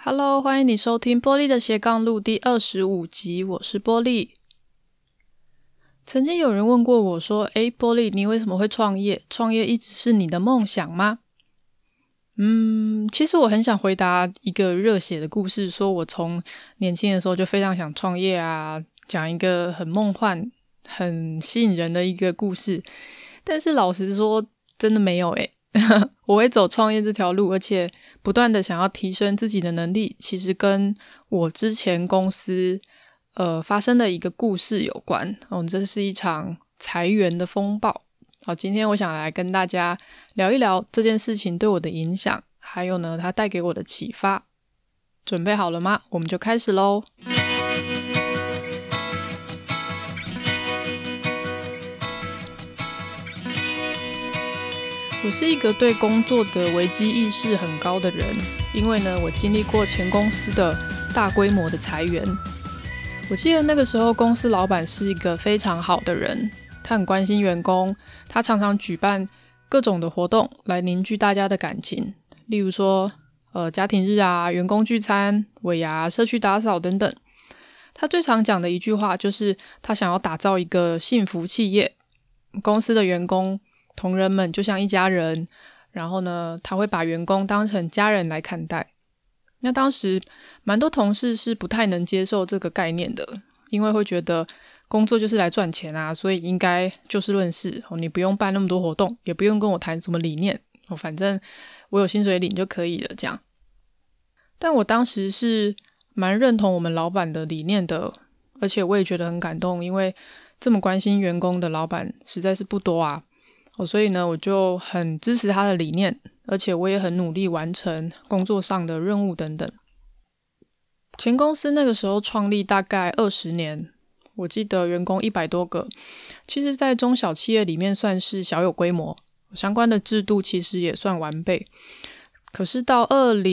Hello， 欢迎你收听波莉的斜杠路第25集，我是波莉。曾经有人问过我说，波莉，你为什么会创业？创业一直是你的梦想吗？其实我很想回答一个热血的故事，说我从年轻的时候就非常想创业啊，讲一个很梦幻、很吸引人的一个故事。但是老实说，真的没有我会走创业这条路，而且不断的想要提升自己的能力，其实跟我之前公司发生的一个故事有关。这是一场裁员的风暴。今天我想来跟大家聊一聊这件事情对我的影响，还有呢它带给我的启发。准备好了吗？我们就开始咯。我是一个对工作的危机意识很高的人，因为呢我经历过前公司的大规模的裁员。我记得那个时候公司老板是一个非常好的人，他很关心员工，他常常举办各种的活动来凝聚大家的感情，例如说家庭日啊、员工聚餐、尾牙、社区打扫等等。他最常讲的一句话就是他想要打造一个幸福企业，公司的员工同仁们就像一家人，然后呢他会把员工当成家人来看待。那当时蛮多同事是不太能接受这个概念的，因为会觉得工作就是来赚钱啊，所以应该就事论事，你不用办那么多活动，也不用跟我谈什么理念，反正我有薪水领就可以了这样。但我当时是蛮认同我们老板的理念的，而且我也觉得很感动，因为这么关心员工的老板实在是不多啊。所以呢我就很支持他的理念，而且我也很努力完成工作上的任务等等。前公司那个时候创立大概20年，我记得员工100多个，其实在中小企业里面算是小有规模，相关的制度其实也算完备。可是到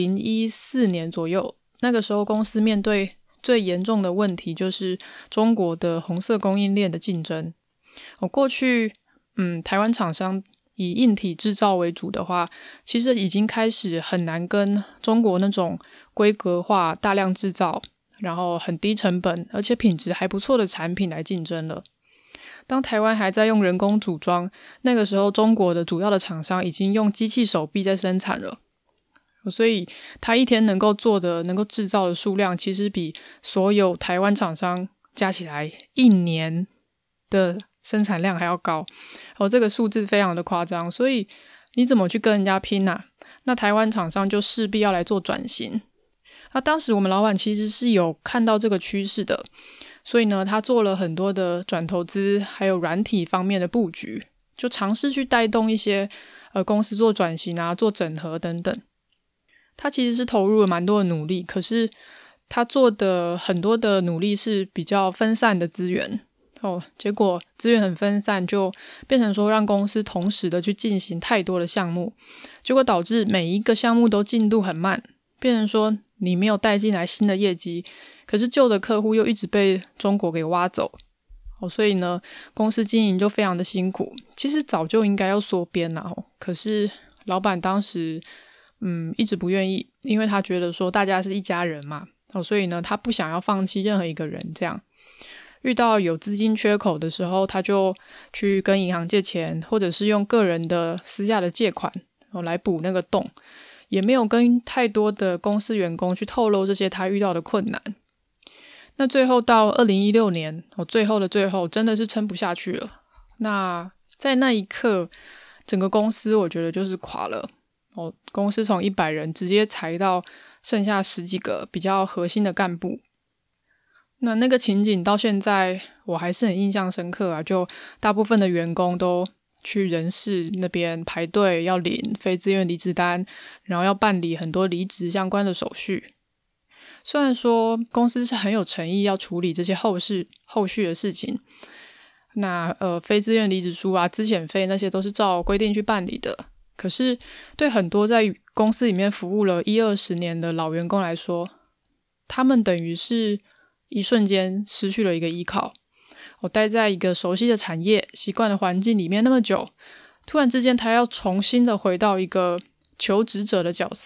2014年左右，那个时候公司面对最严重的问题就是中国的红色供应链的竞争。过去台湾厂商以硬体制造为主的话，其实已经开始很难跟中国那种规格化、大量制造，然后很低成本，而且品质还不错的产品来竞争了。当台湾还在用人工组装，那个时候中国的主要的厂商已经用机器手臂在生产了，所以他一天能够制造的数量，其实比所有台湾厂商加起来1年的生产量还要高。这个数字非常的夸张，所以你怎么去跟人家拼啊？那台湾厂商就势必要来做转型。那当时我们老板其实是有看到这个趋势的，所以呢他做了很多的转投资，还有软体方面的布局，就尝试去带动一些公司做转型啊、做整合等等。他其实是投入了蛮多的努力，可是他做的很多的努力是比较分散的资源结果资源很分散，就变成说让公司同时的去进行太多的项目，结果导致每一个项目都进度很慢，变成说你没有带进来新的业绩，可是旧的客户又一直被中国给挖走所以呢公司经营就非常的辛苦。其实早就应该要缩编啦可是老板当时一直不愿意，因为他觉得说大家是一家人嘛所以呢他不想要放弃任何一个人这样。遇到有资金缺口的时候，他就去跟银行借钱，或者是用个人的私下的借款来补那个洞，也没有跟太多的公司员工去透露这些他遇到的困难。那最后到2016年最后的最后真的是撑不下去了。那在那一刻整个公司我觉得就是垮了公司从100人直接裁到剩下10几个比较核心的干部。那个情景到现在我还是很印象深刻啊，就大部分的员工都去人事那边排队要领非自愿离职单，然后要办理很多离职相关的手续。虽然说公司是很有诚意要处理这些后续的事情，那非自愿离职书啊、资遣费那些都是照规定去办理的，可是对很多在公司里面服务了10-20年的老员工来说，他们等于是一瞬间失去了一个依靠。我待在一个熟悉的产业、习惯的环境里面那么久，突然之间他要重新的回到一个求职者的角色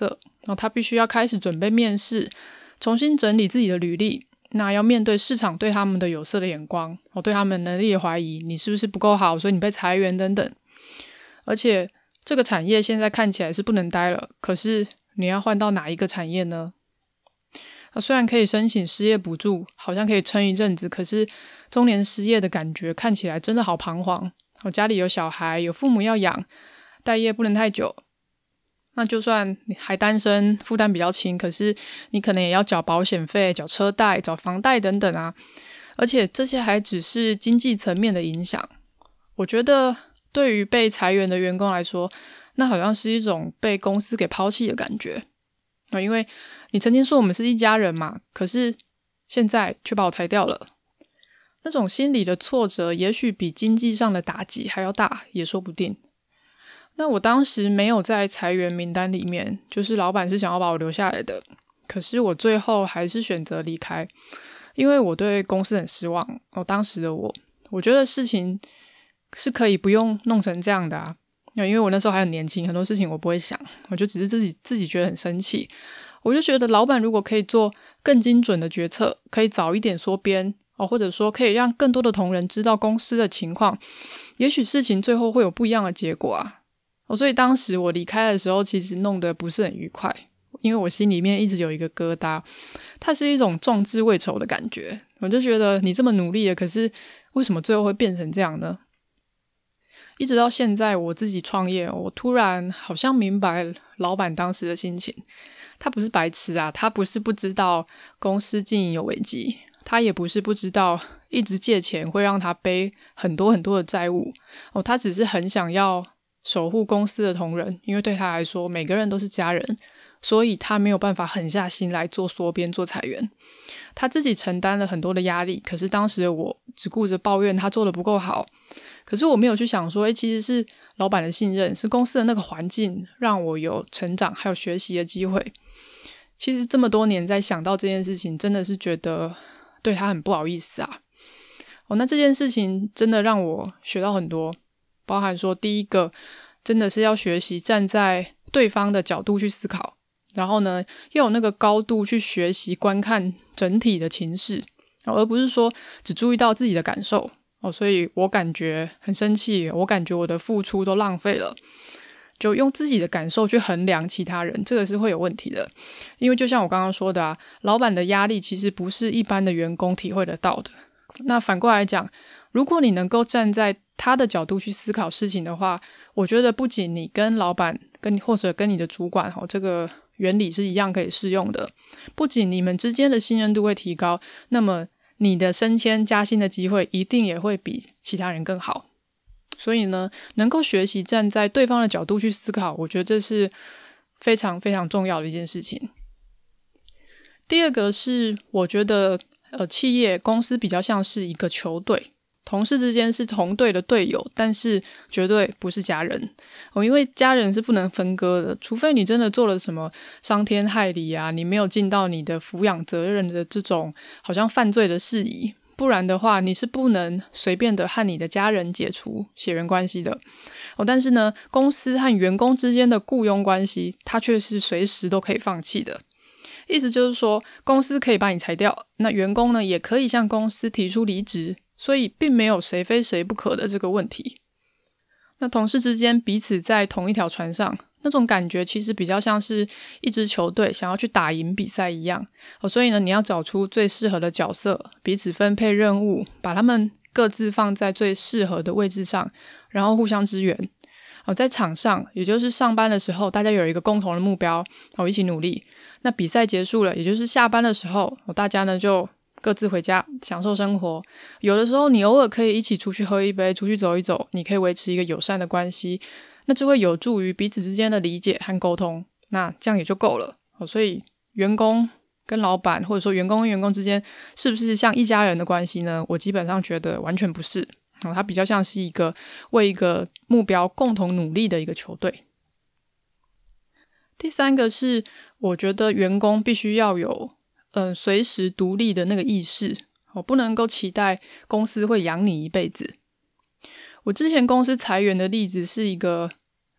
他必须要开始准备面试，重新整理自己的履历，那要面对市场对他们的有色的眼光，对他们能力的怀疑，你是不是不够好，所以你被裁员等等。而且这个产业现在看起来是不能待了，可是你要换到哪一个产业呢？虽然可以申请失业补助，好像可以撑一阵子，可是中年失业的感觉看起来真的好彷徨。我家里有小孩，有父母要养，待业不能太久。那就算你还单身，负担比较轻，可是你可能也要缴保险费、缴车贷、缴房贷等等啊。而且这些还只是经济层面的影响。我觉得对于被裁员的员工来说，那好像是一种被公司给抛弃的感觉。因为你曾经说我们是一家人嘛，可是现在却把我裁掉了。那种心理的挫折也许比经济上的打击还要大，也说不定。那我当时没有在裁员名单里面，就是老板是想要把我留下来的，可是我最后还是选择离开，因为我对公司很失望。当时的我觉得事情是可以不用弄成这样的啊。因为我那时候还很年轻，很多事情我不会想，我就只是自己觉得很生气。我就觉得老板如果可以做更精准的决策，可以早一点缩编，或者说可以让更多的同仁知道公司的情况，也许事情最后会有不一样的结果啊。所以当时我离开的时候其实弄得不是很愉快，因为我心里面一直有一个疙瘩，它是一种壮志未酬的感觉。我就觉得你这么努力了，可是为什么最后会变成这样呢？一直到现在我自己创业，我突然好像明白老板当时的心情。他不是白痴啊，他不是不知道公司经营有危机，他也不是不知道一直借钱会让他背很多很多的债务。他只是很想要守护公司的同仁，因为对他来说每个人都是家人，所以他没有办法狠下心来做缩编做裁员。他自己承担了很多的压力，可是当时的我只顾着抱怨他做得不够好。可是我没有去想说其实是老板的信任，是公司的那个环境让我有成长还有学习的机会。其实这么多年在想到这件事情，真的是觉得对他很不好意思啊。那这件事情真的让我学到很多，包含说第一个真的是要学习站在对方的角度去思考，然后呢要有那个高度去学习观看整体的情势，而不是说只注意到自己的感受。所以我感觉很生气，我感觉我的付出都浪费了，就用自己的感受去衡量其他人，这个是会有问题的。因为就像我刚刚说的啊，老板的压力其实不是一般的员工体会得到的。那反过来讲，如果你能够站在他的角度去思考事情的话，我觉得不仅你跟老板或者跟你的主管这个原理是一样可以适用的，不仅你们之间的信任度会提高，那么你的升迁加薪的机会一定也会比其他人更好。所以呢，能够学习站在对方的角度去思考，我觉得这是非常非常重要的一件事情。第二个是我觉得企业公司比较像是一个球队，同事之间是同队的队友，但是绝对不是家人。因为家人是不能分割的，除非你真的做了什么伤天害理啊，你没有尽到你的抚养责任的这种好像犯罪的事宜，不然的话你是不能随便的和你的家人解除血缘关系的。但是呢，公司和员工之间的雇佣关系，它却是随时都可以放弃的。意思就是说，公司可以把你裁掉，那员工呢也可以向公司提出离职，所以并没有谁非谁不可的这个问题。那同事之间彼此在同一条船上，那种感觉其实比较像是一支球队想要去打赢比赛一样。所以呢，你要找出最适合的角色，彼此分配任务，把他们各自放在最适合的位置上，然后互相支援。在场上，也就是上班的时候，大家有一个共同的目标，一起努力。那比赛结束了，也就是下班的时候，大家呢就各自回家享受生活。有的时候你偶尔可以一起出去喝一杯，出去走一走，你可以维持一个友善的关系，那就会有助于彼此之间的理解和沟通，那这样也就够了。所以员工跟老板，或者说员工跟员工之间是不是像一家人的关系呢？我基本上觉得完全不是，它比较像是一个为一个目标共同努力的一个球队。第三个是我觉得员工必须要有随时独立的那个意识，不能够期待公司会养你一辈子。我之前公司裁员的例子是一个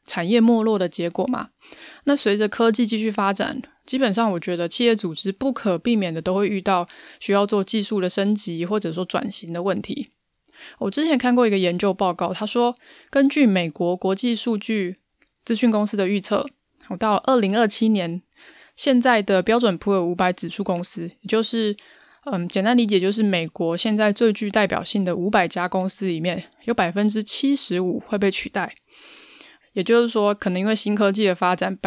产业没落的结果嘛。那随着科技继续发展，基本上我觉得企业组织不可避免的都会遇到需要做技术的升级或者说转型的问题。我之前看过一个研究报告，他说根据美国国际数据资讯公司的预测，到2027年，现在的标准普尔500指数公司，也就是简单理解就是美国现在最具代表性的500家公司里面，有 75% 会被取代。也就是说，可能因为新科技的发展，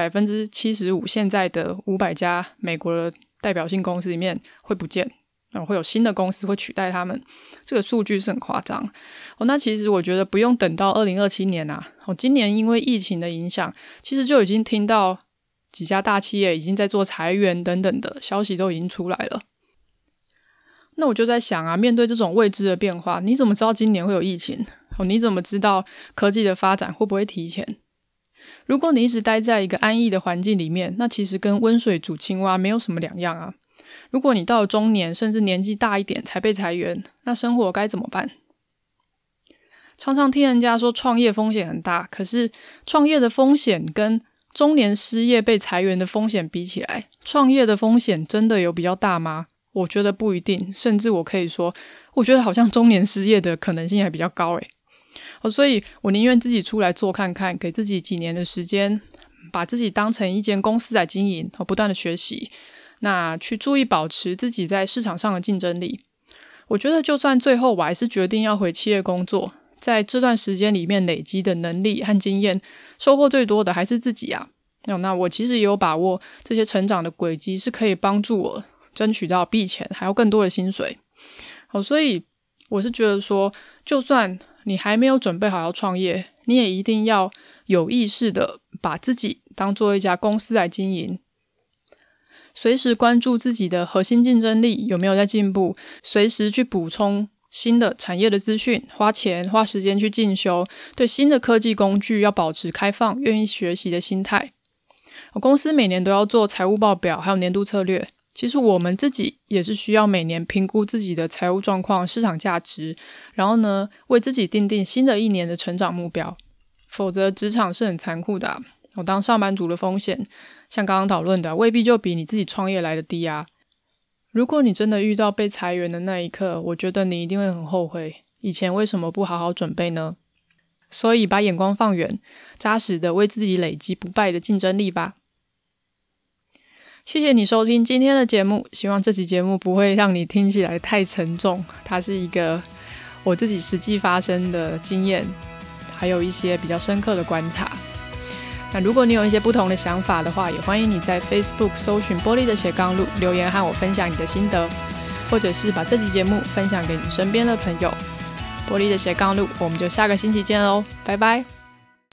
75% 现在的500家美国的代表性公司里面会不见，会有新的公司会取代他们。这个数据是很夸张。那其实我觉得不用等到2027年啊，今年因为疫情的影响，其实就已经听到几家大企业已经在做裁员等等的消息都已经出来了。那我就在想啊，面对这种未知的变化，你怎么知道今年会有疫情？你怎么知道科技的发展会不会提前？如果你一直待在一个安逸的环境里面，那其实跟温水煮青蛙没有什么两样啊。如果你到了中年甚至年纪大一点才被裁员，那生活该怎么办？常常听人家说创业风险很大，可是创业的风险跟中年失业被裁员的风险比起来，创业的风险真的有比较大吗？我觉得不一定，甚至我可以说，我觉得好像中年失业的可能性还比较高诶。所以我宁愿自己出来做看看，给自己几年的时间，把自己当成一间公司来经营，不断的学习，那去注意保持自己在市场上的竞争力。我觉得就算最后我还是决定要回企业工作，在这段时间里面累积的能力和经验，收获最多的还是自己啊。那我其实也有把握这些成长的轨迹是可以帮助我争取到比以前还要更多的薪水。所以我是觉得说，就算你还没有准备好要创业，你也一定要有意识的把自己当做一家公司来经营，随时关注自己的核心竞争力有没有在进步，随时去补充新的产业的资讯，花钱花时间去进修，对新的科技工具要保持开放愿意学习的心态。公司每年都要做财务报表还有年度策略，其实我们自己也是需要每年评估自己的财务状况、市场价值，然后呢，为自己订定新的一年的成长目标。否则职场是很残酷的啊，当上班族的风险像刚刚讨论的未必就比你自己创业来的低啊。如果你真的遇到被裁员的那一刻，我觉得你一定会很后悔，以前为什么不好好准备呢？所以把眼光放远，扎实的为自己累积不败的竞争力吧。谢谢你收听今天的节目，希望这期节目不会让你听起来太沉重，它是一个我自己实际发生的经验，还有一些比较深刻的观察。那如果你有一些不同的想法的话，也欢迎你在 Facebook 搜寻玻璃的斜杠路留言和我分享你的心得，或者是把这期节目分享给你身边的朋友。玻璃的斜杠路，我们就下个星期见咯，拜拜。